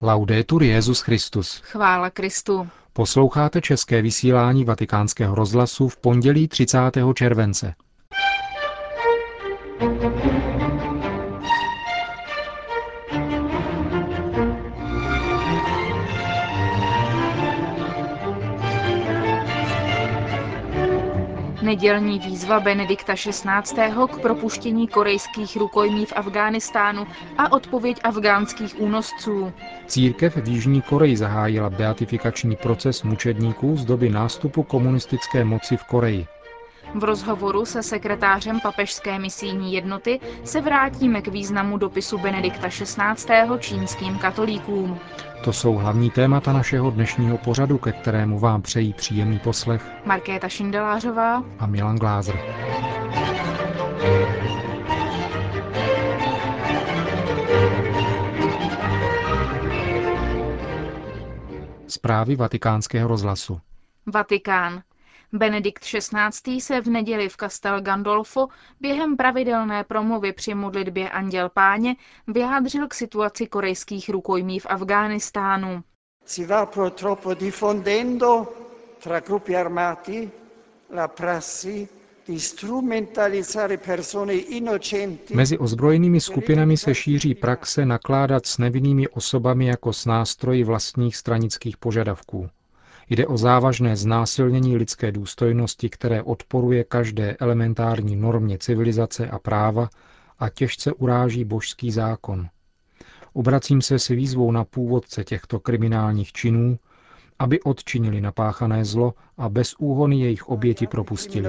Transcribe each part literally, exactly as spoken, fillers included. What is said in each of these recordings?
Laudetur Jesus Christus. Chvála Kristu. Posloucháte české vysílání Vatikánského rozhlasu v pondělí třicátého července. Nedělní výzva Benedikta šestnáctého. K propuštění korejských rukojmí v Afghánistánu a odpověď afghánských únosců. Církev v Jižní Koreji zahájila beatifikační proces mučedníků z doby nástupu komunistické moci v Koreji. V rozhovoru se sekretářem papežské misijní jednoty se vrátíme k významu dopisu Benedikta šestnáctého. čínským katolíkům. To jsou hlavní témata našeho dnešního pořadu, ke kterému vám přejí příjemný poslech Markéta Šindelářová a Milan Glázer. Zprávy Vatikánského rozhlasu. Vatikán. Benedikt šestnáctý. se v neděli v Castel Gandolfo během pravidelné promluvy při modlitbě Anděl Páně vyjádřil k situaci korejských rukojmí v Afghánistánu. Si va purtroppo diffondendo tra gruppi armati la prassi di strumentalizzare persone innocenti. Mezi ozbrojenými skupinami se šíří praxe nakládat s nevinnými osobami jako s nástroji vlastních stranických požadavků. Jde o závažné znásilnění lidské důstojnosti, které odporuje každé elementární normě civilizace a práva a těžce uráží božský zákon. Obracím se s výzvou na původce těchto kriminálních činů, aby odčinili napáchané zlo a bez úhony jejich oběti propustili.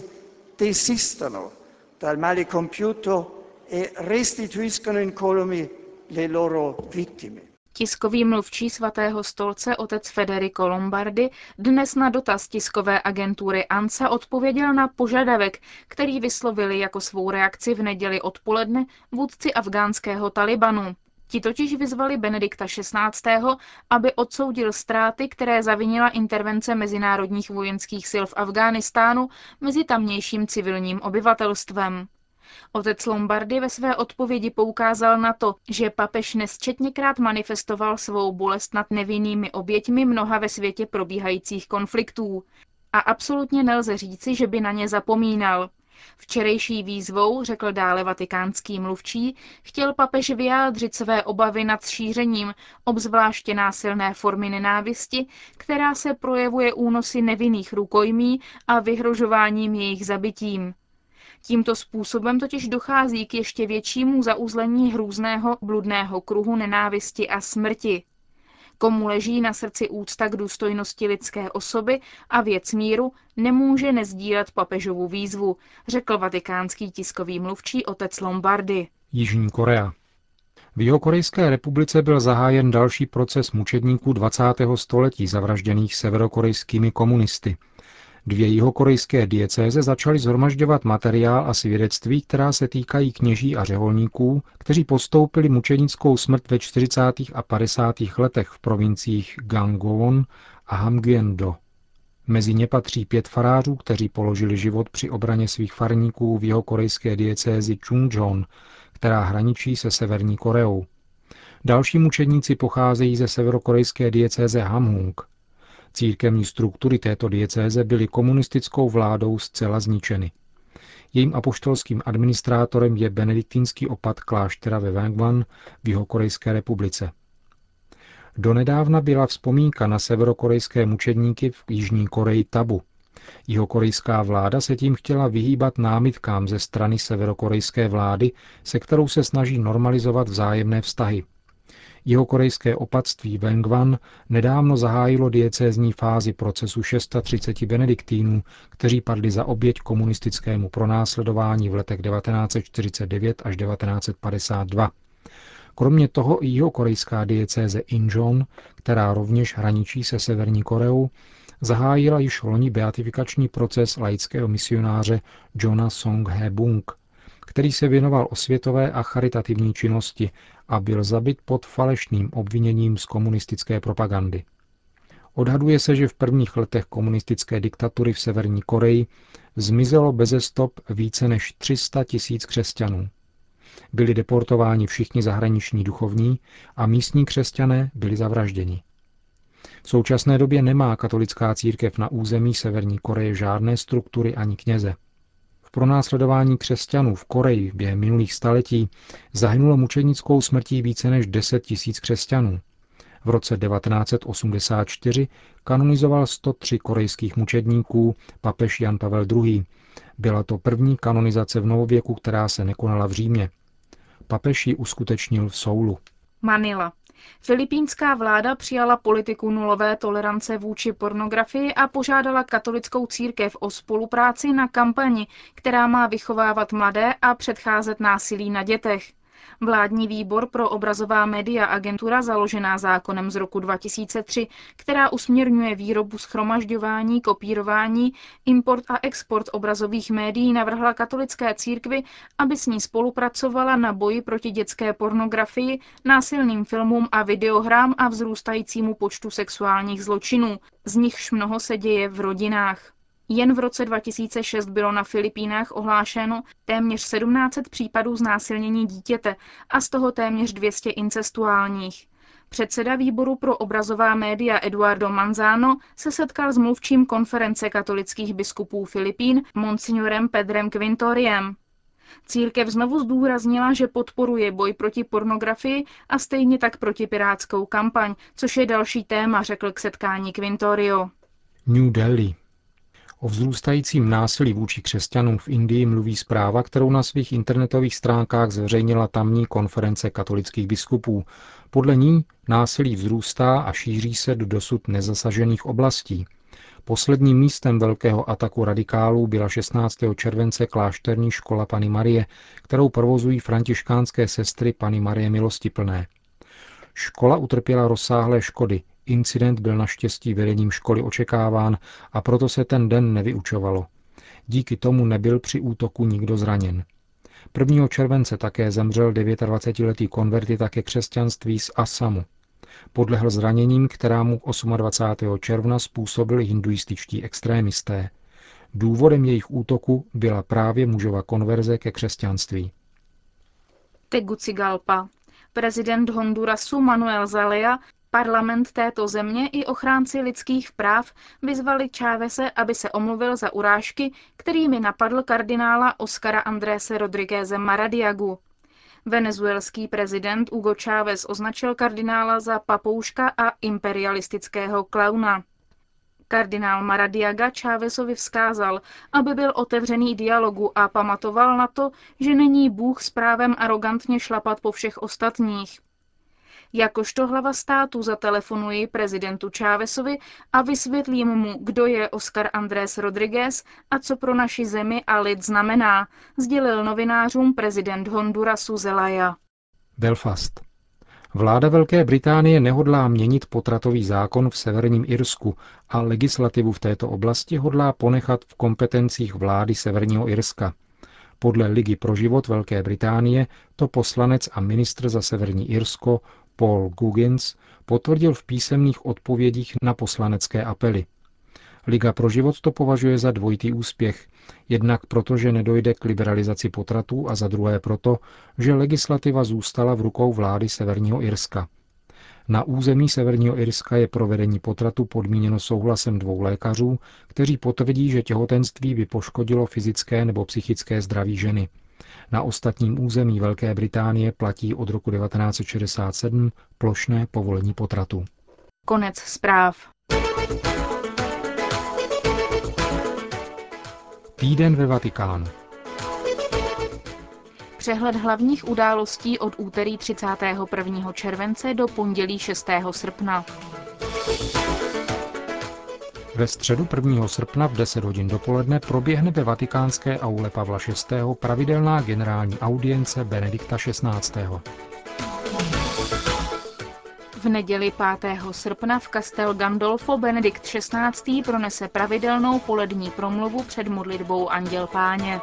Desistano dal male compiuto e restituiscano incolume le loro vittime. Tiskový mluvčí Svatého stolce otec Federico Lombardi dnes na dotaz tiskové agentury ANSA odpověděl na požadavek, který vyslovili jako svou reakci v neděli odpoledne vůdci afghánského Talibanu. Ti totiž vyzvali Benedikta šestnáctého. aby odsoudil ztráty, které zavinila intervence mezinárodních vojenských sil v Afghánistánu mezi tamnějším civilním obyvatelstvem. Otec Lombardi ve své odpovědi poukázal na to, že papež nesčetněkrát manifestoval svou bolest nad nevinnými oběťmi mnoha ve světě probíhajících konfliktů. A absolutně nelze říci, že by na ně zapomínal. Včerejší výzvou, řekl dále vatikánský mluvčí, chtěl papež vyjádřit své obavy nad šířením obzvláště násilné formy nenávisti, která se projevuje únosy nevinných rukojmí a vyhrožováním jejich zabitím. Tímto způsobem totiž dochází k ještě většímu zauzlení hrůzného bludného kruhu nenávisti a smrti. Komu leží na srdci úcta k důstojnosti lidské osoby a věc míru, nemůže nezdílet papežovu výzvu, řekl vatikánský tiskový mluvčí otec Lombardi. Jižní Korea. V Jihokorejské republice byl zahájen další proces mučedníků dvacátého století zavražděných severokorejskými komunisty. Dvě jihokorejské diecéze začaly shromažďovat materiál a svědectví, která se týkají kněží a řeholníků, kteří podstoupili mučenickou smrt ve čtyřicátých a padesátých letech v provinciích Gangwon a Hamgyendo. Mezi ně patří pět farářů, kteří položili život při obraně svých farníků v jihokorejské diecézi Chungcheon, která hraničí se Severní Koreou. Další mučedníci pocházejí ze severokorejské diecéze Hamhung. Církevní struktury této diecéze byly komunistickou vládou zcela zničeny. Jejím apoštolským administrátorem je benediktínský opat kláštera ve Wangwon v Jihokorejské republice. Donedávna byla vzpomínka na severokorejské mučedníky v Jižní Koreji tabu. Jihokorejská vláda se tím chtěla vyhýbat námitkám ze strany severokorejské vlády, se kterou se snaží normalizovat vzájemné vztahy. Jihokorejské opatství Wangwon nedávno zahájilo diecézní fázi procesu třicet šest benediktínů, kteří padli za oběť komunistickému pronásledování v letech devatenáct set čtyřicet devět až devatenáct set padesát dva. Kromě toho i jihokorejská diecéze Incheon, která rovněž hraničí se Severní Koreou, zahájila již loni beatifikační proces laického misionáře Johna Song-he-bung, který se věnoval osvětové a charitativní činnosti a byl zabit pod falešným obviněním z komunistické propagandy. Odhaduje se, že v prvních letech komunistické diktatury v Severní Koreji zmizelo beze stop více než tři sta tisíc křesťanů. byli deportováni všichni zahraniční duchovní a místní křesťané byli zavražděni. V současné době nemá katolická církev na území Severní Koreje žádné struktury ani kněze. V pronásledování křesťanů v Koreji během minulých staletí zahynulo mučenickou smrtí více než deset tisíc křesťanů. V roce devatenáct set osmdesát čtyři kanonizoval sto tři korejských mučedníků papež Jan Pavel druhý. Byla to první kanonizace v novověku, která se nekonala v Římě. Papež ji uskutečnil v Soulu. Manila. Filipínská vláda přijala politiku nulové tolerance vůči pornografii a požádala katolickou církev o spolupráci na kampani, která má vychovávat mladé a předcházet násilí na dětech. Vládní výbor pro obrazová média agentura založená zákonem z roku dva tisíce tři, která usměrňuje výrobu, shromažďování, kopírování, import a export obrazových médií, navrhla katolické církvi, aby s ní spolupracovala na boji proti dětské pornografii, násilným filmům a videohrám a vzrůstajícímu počtu sexuálních zločinů, z nichž mnoho se děje v rodinách. Jen v roce dva tisíce šest bylo na Filipínách ohlášeno téměř sedmnáct set případů znásilnění dítěte a z toho téměř dvě stě incestuálních. Předseda výboru pro obrazová média Eduardo Manzano se setkal s mluvčím konference katolických biskupů Filipín monsignorem Pedrem Quintoriem. Církev znovu zdůraznila, že podporuje boj proti pornografii a stejně tak protipirátskou kampaň, což je další téma, řekl k setkání Quintorio. New Delhi. O vzrůstajícím násilí vůči křesťanům v Indii mluví zpráva, kterou na svých internetových stránkách zveřejnila tamní konference katolických biskupů. Podle ní násilí vzrůstá a šíří se do dosud nezasažených oblastí. Posledním místem velkého ataku radikálů byla šestnáctého července klášterní škola Panny Marie, kterou provozují františkánské sestry Panny Marie Milostiplné. Škola utrpěla rozsáhlé škody. Incident byl naštěstí vedením školy očekáván a proto se ten den nevyučovalo. Díky tomu nebyl při útoku nikdo zraněn. prvního července také zemřel dvacetidevítiletý konvertita ke křesťanství z Assamu. Podlehl zraněním, která mu dvacátého osmého června způsobili hinduističtí extrémisté. Důvodem jejich útoku byla právě mužova konverze ke křesťanství. Tegucigalpa. Prezident Hondurasu Manuel Zelaya, parlament této země i ochránci lidských práv vyzvali Chávese, aby se omluvil za urážky, kterými napadl kardinála Oscara Andrése Rodrigueze Maradiagu. Venezuelský prezident Hugo Chávez označil kardinála za papouška a imperialistického klauna. Kardinál Maradiaga Chávezovi vzkázal, aby byl otevřený dialogu a pamatoval na to, že není Bůh s právem arogantně šlapat po všech ostatních. Jakožto hlava státu zatelefonuji prezidentu Chávezovi a vysvětlím mu, kdo je Oscar Andrés Rodriguez a co pro naši zemi a lid znamená, sdělil novinářům prezident Hondurasu Zelaya. Belfast. Vláda Velké Británie nehodlá měnit potratový zákon v Severním Irsku a legislativu v této oblasti hodlá ponechat v kompetencích vlády Severního Irska. Podle Ligy pro život Velké Británie to poslanec a ministr za Severní Irsko Paul Goggins potvrdil v písemných odpovědích na poslanecké apely. Liga pro život to považuje za dvojitý úspěch, jednak proto, že nedojde k liberalizaci potratů a za druhé proto, že legislativa zůstala v rukou vlády Severního Irska. Na území Severního Irska je provedení potratu podmíněno souhlasem dvou lékařů, kteří potvrdí, že těhotenství by poškodilo fyzické nebo psychické zdraví ženy. Na ostatním území Velké Británie platí od roku devatenáct set šedesát sedm plošné povolení potratu. Konec zpráv. Týden ve Vatikánu. Přehled hlavních událostí od úterý třicátého prvního července do pondělí šestého srpna. Ve středu prvního srpna v deset hodin dopoledne proběhne ve vatikánské aule Pavla šestého pravidelná generální audience Benedikta šestnáctého. V neděli pátého srpna v Castel Gandolfo Benedikt šestnáctý pronese pravidelnou polední promluvu před modlitbou Anděl Páně.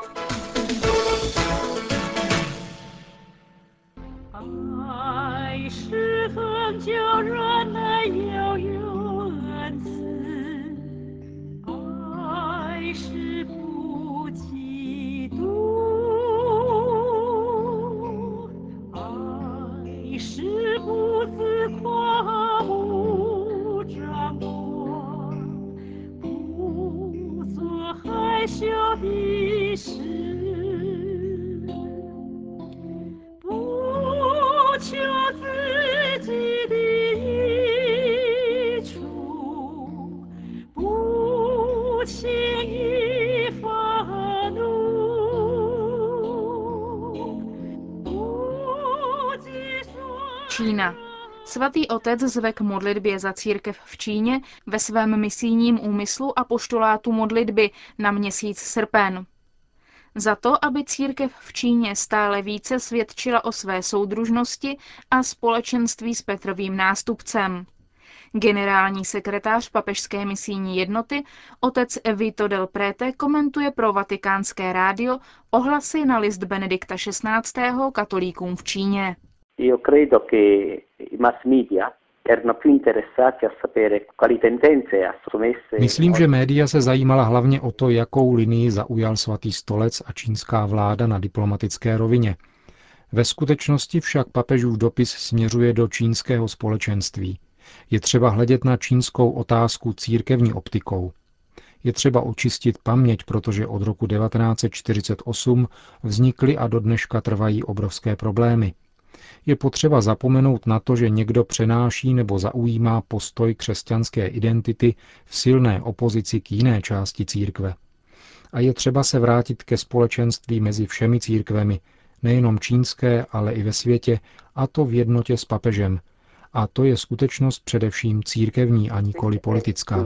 Čína. Svatý otec zve k modlitbě za církev v Číně ve svém misijním úmyslu apoštolátu modlitby na měsíc srpen. Za to, aby církev v Číně stále více svědčila o své soudružnosti a společenství s Petrovým nástupcem. Generální sekretář papežské misijní jednoty, otec Vito del Prete, komentuje pro Vatikánské rádio ohlasy na list Benedikta šestnáctého katolíkům v Číně. Io credo che i mass media erano più interessati a sapere quali tendenze assumesse. Myslím, že média se zajímala hlavně o to, jakou linii zaujal svatý stolec a čínská vláda na diplomatické rovině. Ve skutečnosti však papežův dopis směřuje do čínského společenství. Je třeba hledět na čínskou otázku církevní optikou. Je třeba očistit paměť, protože od roku devatenáct set čtyřicet osm vznikly a do dneška trvají obrovské problémy. Je potřeba zapomenout na to, že někdo přenáší nebo zaujímá postoj křesťanské identity v silné opozici k jiné části církve. A je třeba se vrátit ke společenství mezi všemi církvemi, nejenom čínské, ale i ve světě, a to v jednotě s papežem. A to je skutečnost především církevní a nikoli politická.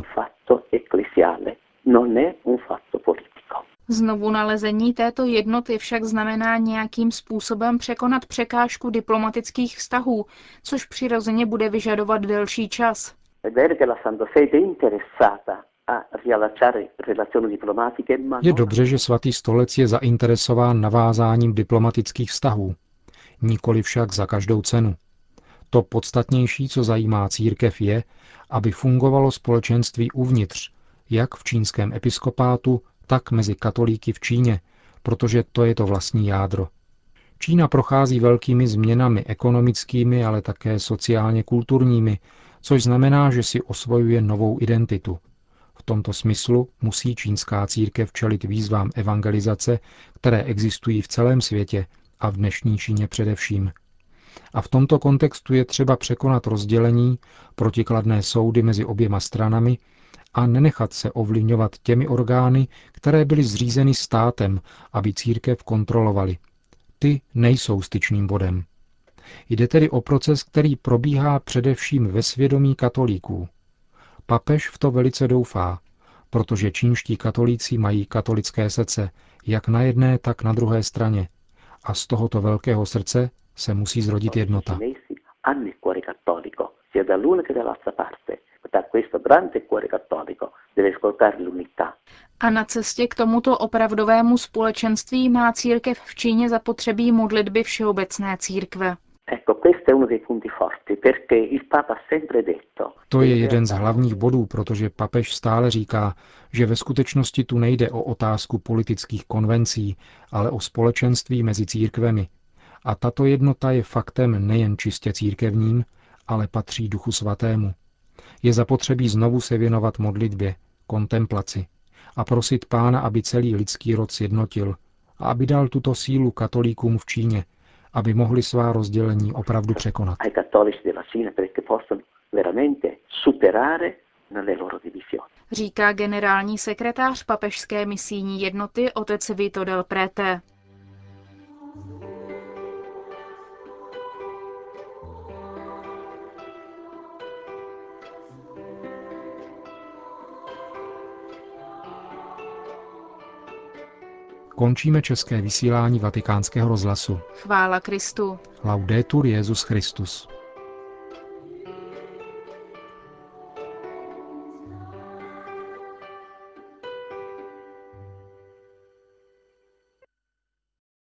Znovu nalezení této jednoty však znamená nějakým způsobem překonat překážku diplomatických vztahů, což přirozeně bude vyžadovat delší čas. Je dobře, že svatý stolec je zainteresován navázáním diplomatických vztahů, nikoli však za každou cenu. To podstatnější, co zajímá církev, je, aby fungovalo společenství uvnitř, jak v čínském episkopátu, tak mezi katolíky v Číně, protože to je to vlastní jádro. Čína prochází velkými změnami ekonomickými, ale také sociálně kulturními, což znamená, že si osvojuje novou identitu. V tomto smyslu musí čínská církev čelit výzvám evangelizace, které existují v celém světě a v dnešní Číně především. A v tomto kontextu je třeba překonat rozdělení, protikladné soudy mezi oběma stranami a nenechat se ovlivňovat těmi orgány, které byly zřízeny státem, aby církev kontrolovali. Ty nejsou styčným bodem. Jde tedy o proces, který probíhá především ve svědomí katolíků. Papež v to velice doufá, protože čínští katolíci mají katolické srdce, jak na jedné, tak na druhé straně. A z tohoto velkého srdce se musí zrodit jednota. A na cestě k tomuto opravdovému společenství má církev v Číně zapotřebí modlitby všeobecné církve. To je jeden z hlavních bodů, protože papež stále říká, že ve skutečnosti tu nejde o otázku politických konvencí, ale o společenství mezi církvemi. A tato jednota je faktem nejen čistě církevním, ale patří Duchu Svatému. Je zapotřebí znovu se věnovat modlitbě, kontemplaci a prosit Pána, aby celý lidský rod sjednotil a aby dal tuto sílu katolíkům v Číně, aby mohli svá rozdělení opravdu překonat. Říká generální sekretář papežské misijní jednoty otec Vito del Prete. Končíme české vysílání Vatikánského rozhlasu. Chvála Kristu. Laudetur Jesus Christus.